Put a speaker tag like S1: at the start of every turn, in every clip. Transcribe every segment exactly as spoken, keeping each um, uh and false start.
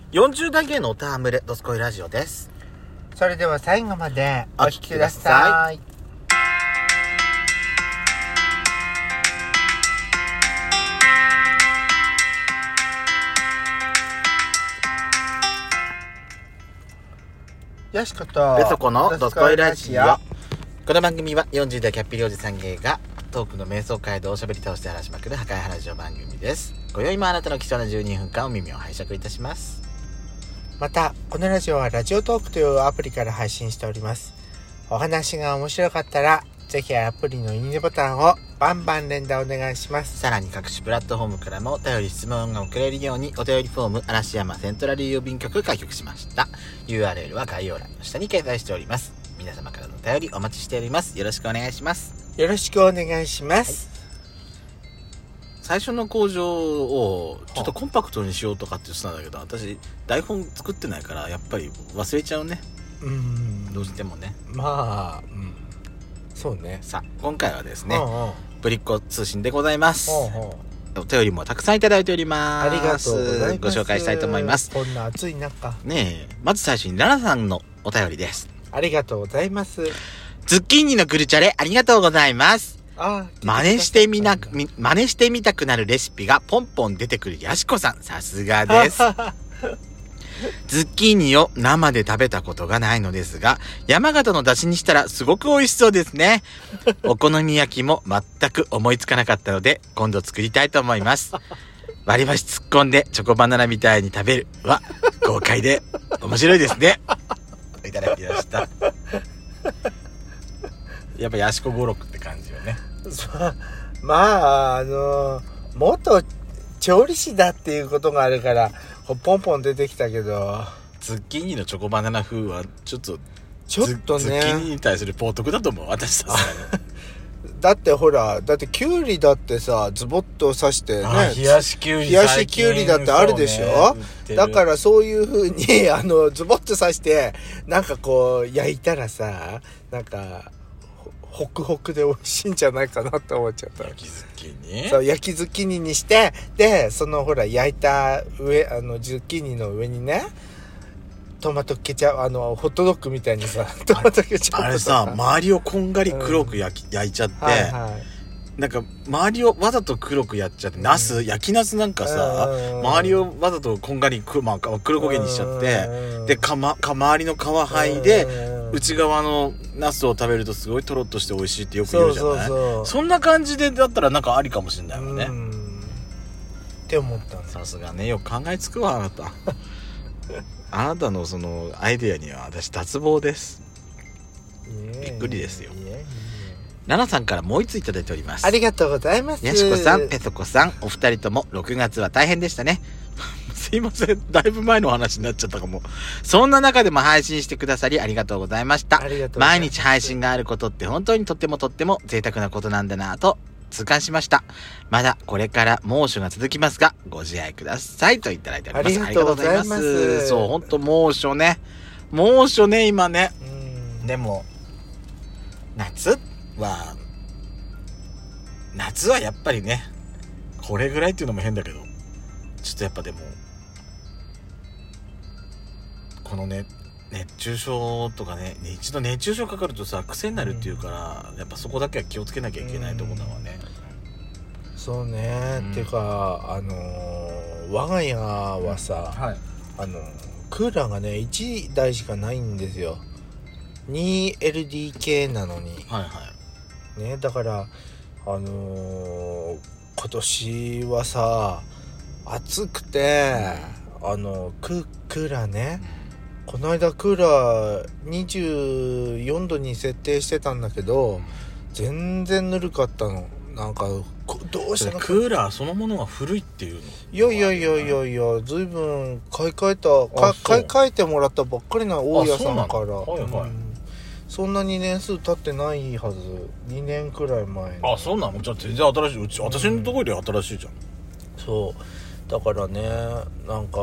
S1: よんじゅう代芸のおたわむれドスコイラジオです。
S2: それでは最後まで
S1: お聞きください。
S2: よしこと
S1: ベソコのドスコイラジオ。この番組はよんじゅう代キャッピリおじさん芸がトークの瞑想街道をしゃべり倒して話しまくる破壊話ラジオ番組です。今宵もあなたの貴重なじゅうにふんかんを耳を拝借いたします。
S2: またこのラジオはラジオトークというアプリから配信しております。お話が面白かったらぜひアプリのいいねボタンをバンバン連打お願いします。
S1: さらに各種プラットフォームからもお便り質問が送れるようにお便りフォーム嵐山セントラル郵便局開局しました。 ユーアールエル は概要欄の下に掲載しております。皆様からのお便りお待ちしております。よろしくお願いします。
S2: よろしくお願いします、はい、
S1: 最初の工場をちょっとコンパクトにしようとかって言ってたんだけど、私台本作ってないからやっぱり忘れちゃうね。うん、どうしてもね。
S2: まあ、うん、そうね。
S1: さあ今回はですね、
S2: うんうん、
S1: ぶりっ子通信でございます。うんうん、お便りもたくさんいただいております。
S2: ありがとうございます。
S1: ご紹介したいと思います。
S2: こんな暑い中
S1: ねえ、まず最初にララさんのお便りです。
S2: ありがとうございます。
S1: ズッキーニのグルチャレありがとうございます。
S2: ああ、
S1: 真似してみなく、真似してみたくなるレシピがポンポン出てくるやしこさん、さすがです。ズッキーニを生で食べたことがないのですが、山形の出汁にしたらすごく美味しそうですね。お好み焼きも全く思いつかなかったので、今度作りたいと思います。割り箸突っ込んでチョコバナナみたいに食べるは豪快で面白いですね。いただきました。やっぱヤシコ語録って感じよね。
S2: まああの元調理師だっていうことがあるからポンポン出てきたけど、
S1: ズッキーニのチョコバナナ風はちょっと
S2: ちょっとね、
S1: ズッキーニに対する冒涜だと思う、私さすがに。
S2: だってほら、だってキュウリだってさ、ズボッと刺してね、
S1: 冷やしキュウリ、
S2: 冷やしキュウリだってあるでしょ、ね、だからそういう風にあのズボッと刺してなんかこう焼いたらさ、なんかホクホクで美味しいんじゃないかなって思っちゃった。
S1: 焼きズッキーニ？
S2: そう、焼きズッキーニにして、でそのほら焼いた上、あのズッキーニの上にね、トマトケチャップ、あのホットドッグみたいにさ、トマトケチャップ
S1: あれさ、周りをこんがり黒く焼き、うん、焼いちゃって、はいはい、なんか周りをわざと黒くやっちゃって、ナス、うん、焼きナスなんかさ、周りをわざとこんがりく、まあ、黒焦げにしちゃって、でかまか周りの皮剥いで内側のナスを食べるとすごいトロッとして美味しいってよく言うじゃない。そうそうそう、そんな感じでだったらなんかありかもしれないもんね、うん、
S2: って思った。
S1: さすがね、よく考えつくわあなた。あなたのそのアイデアには私脱帽です。びっくりですよ。ナナさんからもう一ついただいております。
S2: ありがとうございます。
S1: やしこさん、ペソコさん、お二人ともろくがつは大変でしたね。すいません、だいぶ前の話になっちゃったかも。そんな中でも配信してくださりありがとうございました。毎日配信があることって本当にとってもとっても贅沢なことなんだなぁと痛感しました。まだこれから猛暑が続きますがご自愛くださいといただいております。
S2: ありがとうございます。
S1: そう、本当猛暑ね、猛暑ね今ね。うん、でも夏は夏はやっぱりね、これぐらいっていうのも変だけど、ちょっとやっぱでもこのね、熱中症とかね、一度熱中症かかるとさ癖になるっていうから、うん、やっぱそこだけは気をつけなきゃいけないところだわね。
S2: うん、そうね、うん、っていうかあのー、我が家はさ、うん、はい、あのクーラーがねいちだいしかないんですよ。 にエルディーケー なのに、はいはいね、だからあのー、今年はさ暑くて、うん、あの ク, クーラーね、うん、この間クーラーにじゅうよんどに設定してたんだけど全然ぬるかったの。なんかどうしたの、
S1: クーラーそのものが古いっていうの？
S2: いやいやいやいやいや、ずいぶん買い替えたか買い替えてもらったばっかりな大家さんから。はいはい、うん、そんなに年数経ってないはず。にねんくらい前の。
S1: あ、そうなの？じゃあ全然新しい。うち、私のところより新しいじゃん。
S2: そうだからね、なんか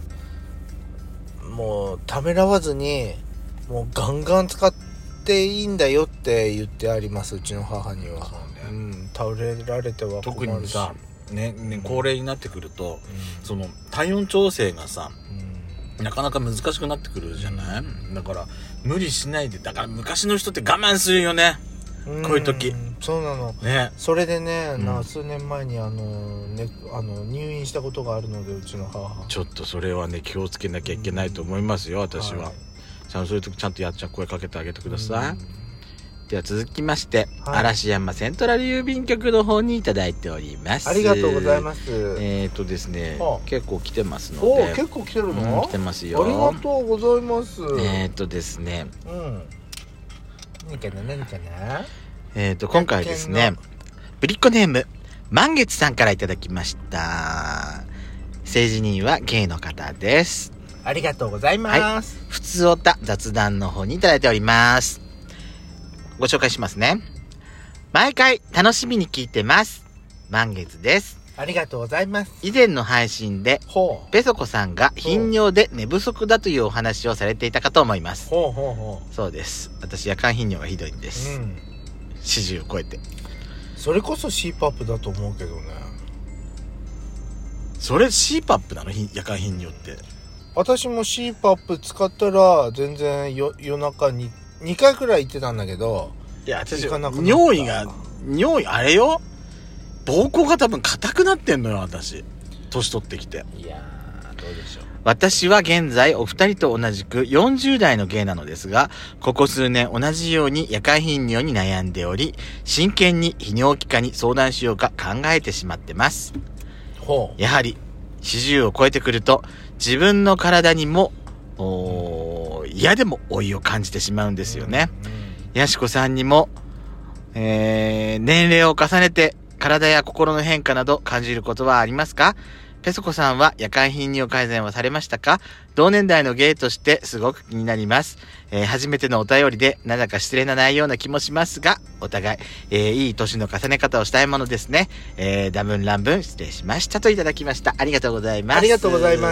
S2: もうためらわずにもうガンガン使っていいんだよって言ってあります、うちの母には。そうね、うん、倒れられては困るし。
S1: 特にさ、ねね、高齢になってくると、うん、その体温調整がさ、 なかなか難しくなってくるじゃない。だから無理しないで。だから昔の人って我慢するよね、うん、こういう時。
S2: そうなのね。それでね、うん、な数年前にあの、ね、あの入院したことがあるので、うちの母。
S1: ちょっとそれはね気をつけなきゃいけないと思いますよ、うん、私は、はい、ちゃんそういう時ちゃんとやっちゃん声かけてあげてください、うん、では続きまして、はい、嵐山セントラル郵便局の方にいただいております。
S2: ありがとうございます。
S1: えーとですね、はあ、結構来てますので。
S2: お結構来てるの、
S1: うん、来てますよ。
S2: ありがとうございます。
S1: えーとですね、
S2: うん何かな何かな
S1: えーと今回ですね、ぶりっ子ネーム満月さんからいただきました。政治人はゲイの方です。
S2: ありがとうございます、はい、
S1: ふつおた雑談の方にいただいております。ご紹介しますね。毎回楽しみに聞いてます。満月です。
S2: ありがとうございます。
S1: 以前の配信でペソコさんが頻尿で寝不足だというお話をされていたかと思います。
S2: ほうほうほう。
S1: そうです。私夜間頻尿がひどいんです、うん、よんじゅうを超えて。
S2: それこそ シーパップ だと思うけどね。
S1: それ シーパップ なの？夜間頻尿って。
S2: 私も シーパップ 使ったら全然よ夜中ににかいくらい行ってたんだけど、
S1: いや私尿意が尿意あれよ、膀胱が多分硬くなってんのよ私、年取ってきて。
S2: いやーどうでしょう。
S1: 私は現在お二人と同じくよんじゅう代のゲイなのですが、ここ数年同じように夜間頻尿に悩んでおり、真剣に泌尿器科に相談しようか考えてしまってます。
S2: ほう。
S1: やはりよんじゅうを超えてくると自分の体にも嫌でも老いを感じてしまうんですよね、うんうん、やしこさんにも、えー、年齢を重ねて体や心の変化など感じることはありますか？ペソコさんは夜間頻尿改善はされましたか？同年代のゲイとしてすごく気になります、えー、初めてのお便りでなんだか失礼な内容な気もしますが、お互い、えー、いい年の重ね方をしたいものですね、えー、多分乱文失礼しましたといただきました。ありがとうございます。
S2: ありがとうございます。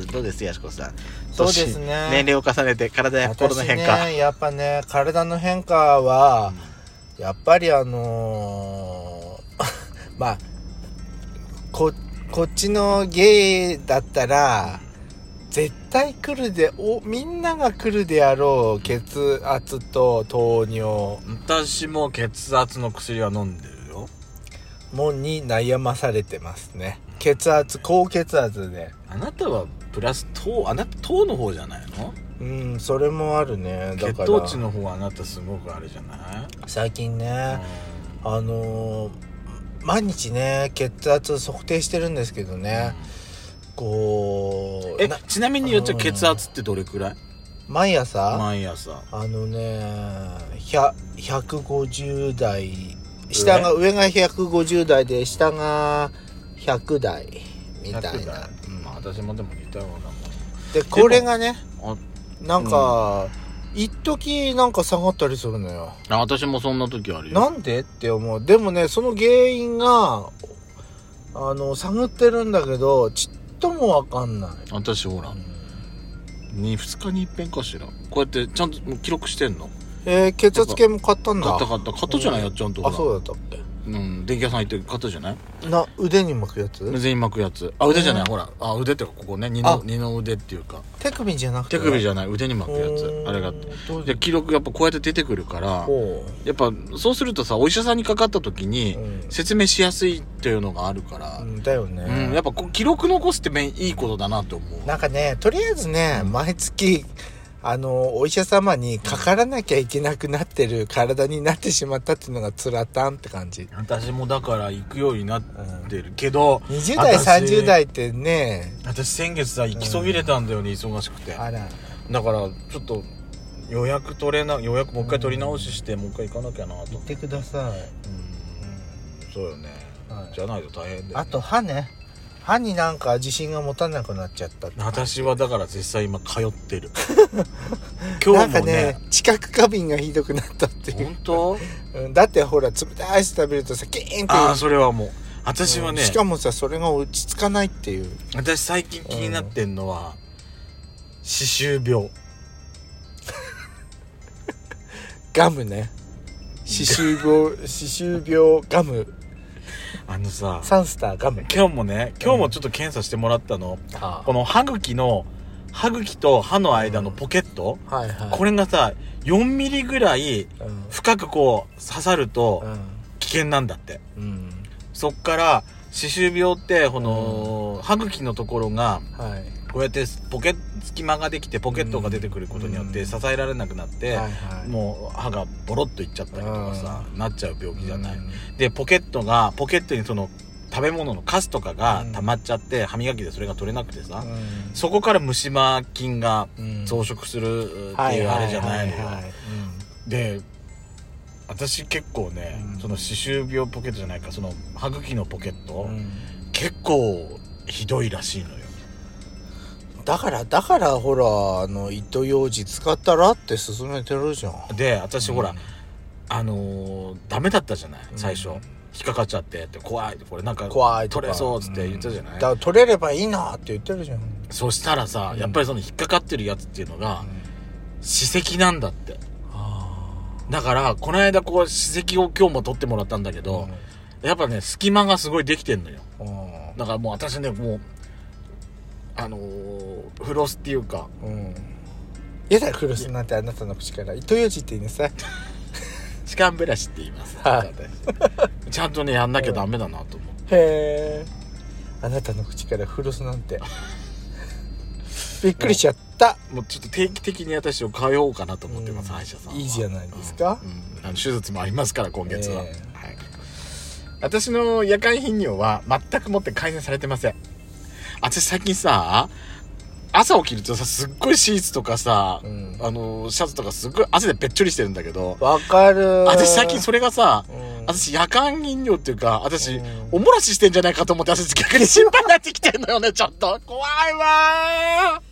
S1: どうですやしこさん。
S2: そうですね、
S1: 年齢を重ねて体や心の変化。
S2: 私ねやっぱね体の変化は、うん、やっぱりあのー、まあここっちのゲイだったら絶対来るでおみんなが来るであろう血圧と糖尿。
S1: 私も血圧の薬は飲んでるよ。
S2: もんに悩まされてますね。血圧高血圧で。
S1: あなたはプラス糖、あなた糖の方じゃないの？
S2: うんそれもあるね。だから
S1: 血糖値の方はあなたすごくあれじゃない？
S2: 最近ね、うん、あのー毎日ね血圧測定してるんですけどね、うん、こう
S1: えちなみによっちゃ血圧ってどれくらい？
S2: 毎朝
S1: 毎朝
S2: あのねひゃくごじゅう代、下が上がひゃくごじゅう代で下がひゃく代みたいな。うん、
S1: 私もでも似たようなもん
S2: で、これがねなんか、うん一時なんか下がったりするのよ。
S1: あ、私もそんな時あるよ。
S2: なんでって思う。でもねその原因があの探ってるんだけどちっともわかんない。
S1: 私ほら、うん、にふつかに一遍かしらこうやってちゃんと記録してんの。
S2: えー、血圧計も買ったんだ。
S1: 買った買った買ったじゃないや、ちゃんとほら。
S2: あ、そうだったっけ。
S1: うん、電気屋さん行って買ったじゃない。
S2: な腕に巻くやつ。
S1: 腕に巻くやつ。あ、腕じゃない、ほらあ腕ってかここね、二の二の腕っていうか
S2: 手首じゃなくて
S1: 手首じゃない腕に巻くやつ。あれがで記録やっぱこうやって出てくるからやっぱそうするとさお医者さんにかかった時に説明しやすいっていうのがあるから、
S2: うん、だよね、
S1: うん、やっぱこう記録残すっていいことだなと思う。
S2: なんかねとりあえずね、うん、毎月あのお医者様にかからなきゃいけなくなってる体になってしまったっていうのがつらたんって感じ。
S1: 私もだから行くようになってるけど、
S2: うん、にじゅう代さんじゅう代ってね
S1: 私先月さ行きそびれたんだよね、うん、忙しくて。
S2: あら
S1: だからちょっと予約取れな予約もう一回取り直しして、うん、もう一回行かなきゃなと。
S2: 行ってください。うん、うん、
S1: そうよね、はい、じゃないと大変だよね。
S2: あと歯ね歯になんか自信が持たなくなっちゃったって。
S1: 私はだから実際今通ってる今日もねなんかね
S2: 知覚過敏がひどくなったっていう。
S1: 本当、
S2: うん、だってほら冷たいアイス食べるとさキーンって。
S1: ああそれはもう私はね、うん、
S2: しかもさそれが落ち着かないっていう。
S1: 私最近気になってんのは、うん、歯周病
S2: ガムね。歯周病歯周病ガム。
S1: あのさ
S2: サンスターガム。
S1: 今日もね今日もちょっと検査してもらったの、うん、この歯茎の歯茎と歯の間のポケット、
S2: うんはいはい、
S1: これがさよんミリぐらい深くこう刺さると危険なんだって、うん、そっから歯周病ってこの、うん、歯茎のところが、はい、こうやってポケ隙間ができてポケットが出てくることによって支えられなくなって、うん、もう歯がボロッといっちゃったりとかさ、うん、なっちゃう病気じゃない、うん、でポケットがポケットにその食べ物のカスとかが溜まっちゃって、うん、歯磨きでそれが取れなくてさ、うん、そこから虫歯菌が増殖するっていうあれじゃないのよ。で私結構ね、うん、その歯周病ポケットじゃないかその歯茎のポケット、うん、結構ひどいらしいのよ。
S2: だからだからほらあの糸ようじ使ったらって勧めてるじゃん。
S1: で私、うん、ほらあのー、ダメだったじゃない最初、うん、引っかかっちゃってって怖いこれなんか
S2: 怖い
S1: 取れそうっつって言ったじゃない、うん、
S2: だから取れればいいなって言ってるじゃん。
S1: そしたらさ、うん、やっぱりその引っかかってるやつっていうのが、うん、歯石なんだって。だからこの間こう歯石を今日も取ってもらったんだけど、うん、やっぱね隙間がすごいできてんのよ。だからもう私ねもうあのー、フロスっていうか、うん、
S2: やだフロスなんてあなたの口から糸ようじって言いなさい。
S1: 歯間ブラシって言います、はい、ちゃんとねやんなきゃダメだなと思って、
S2: へえあなたの口からフロスなんてびっくりしちゃった。
S1: もうちょっと定期的に私を通おうかなと思ってます、うん、歯医者さんは。
S2: いいじゃないですか、
S1: うんうん、あの手術もありますから今月は、えーはい、私の夜間頻尿は全くもって改善されてません。私最近さ朝起きるとさすっごいシーツとかさ、うん、あのシャツとかすっごい汗でべっちょりしてるんだけど、
S2: わかる。
S1: 私最近それがさ、うん、私夜間頻尿っていうか私、うん、おもらししてんじゃないかと思って私逆に心配になってきてんのよねちょっと怖いわー。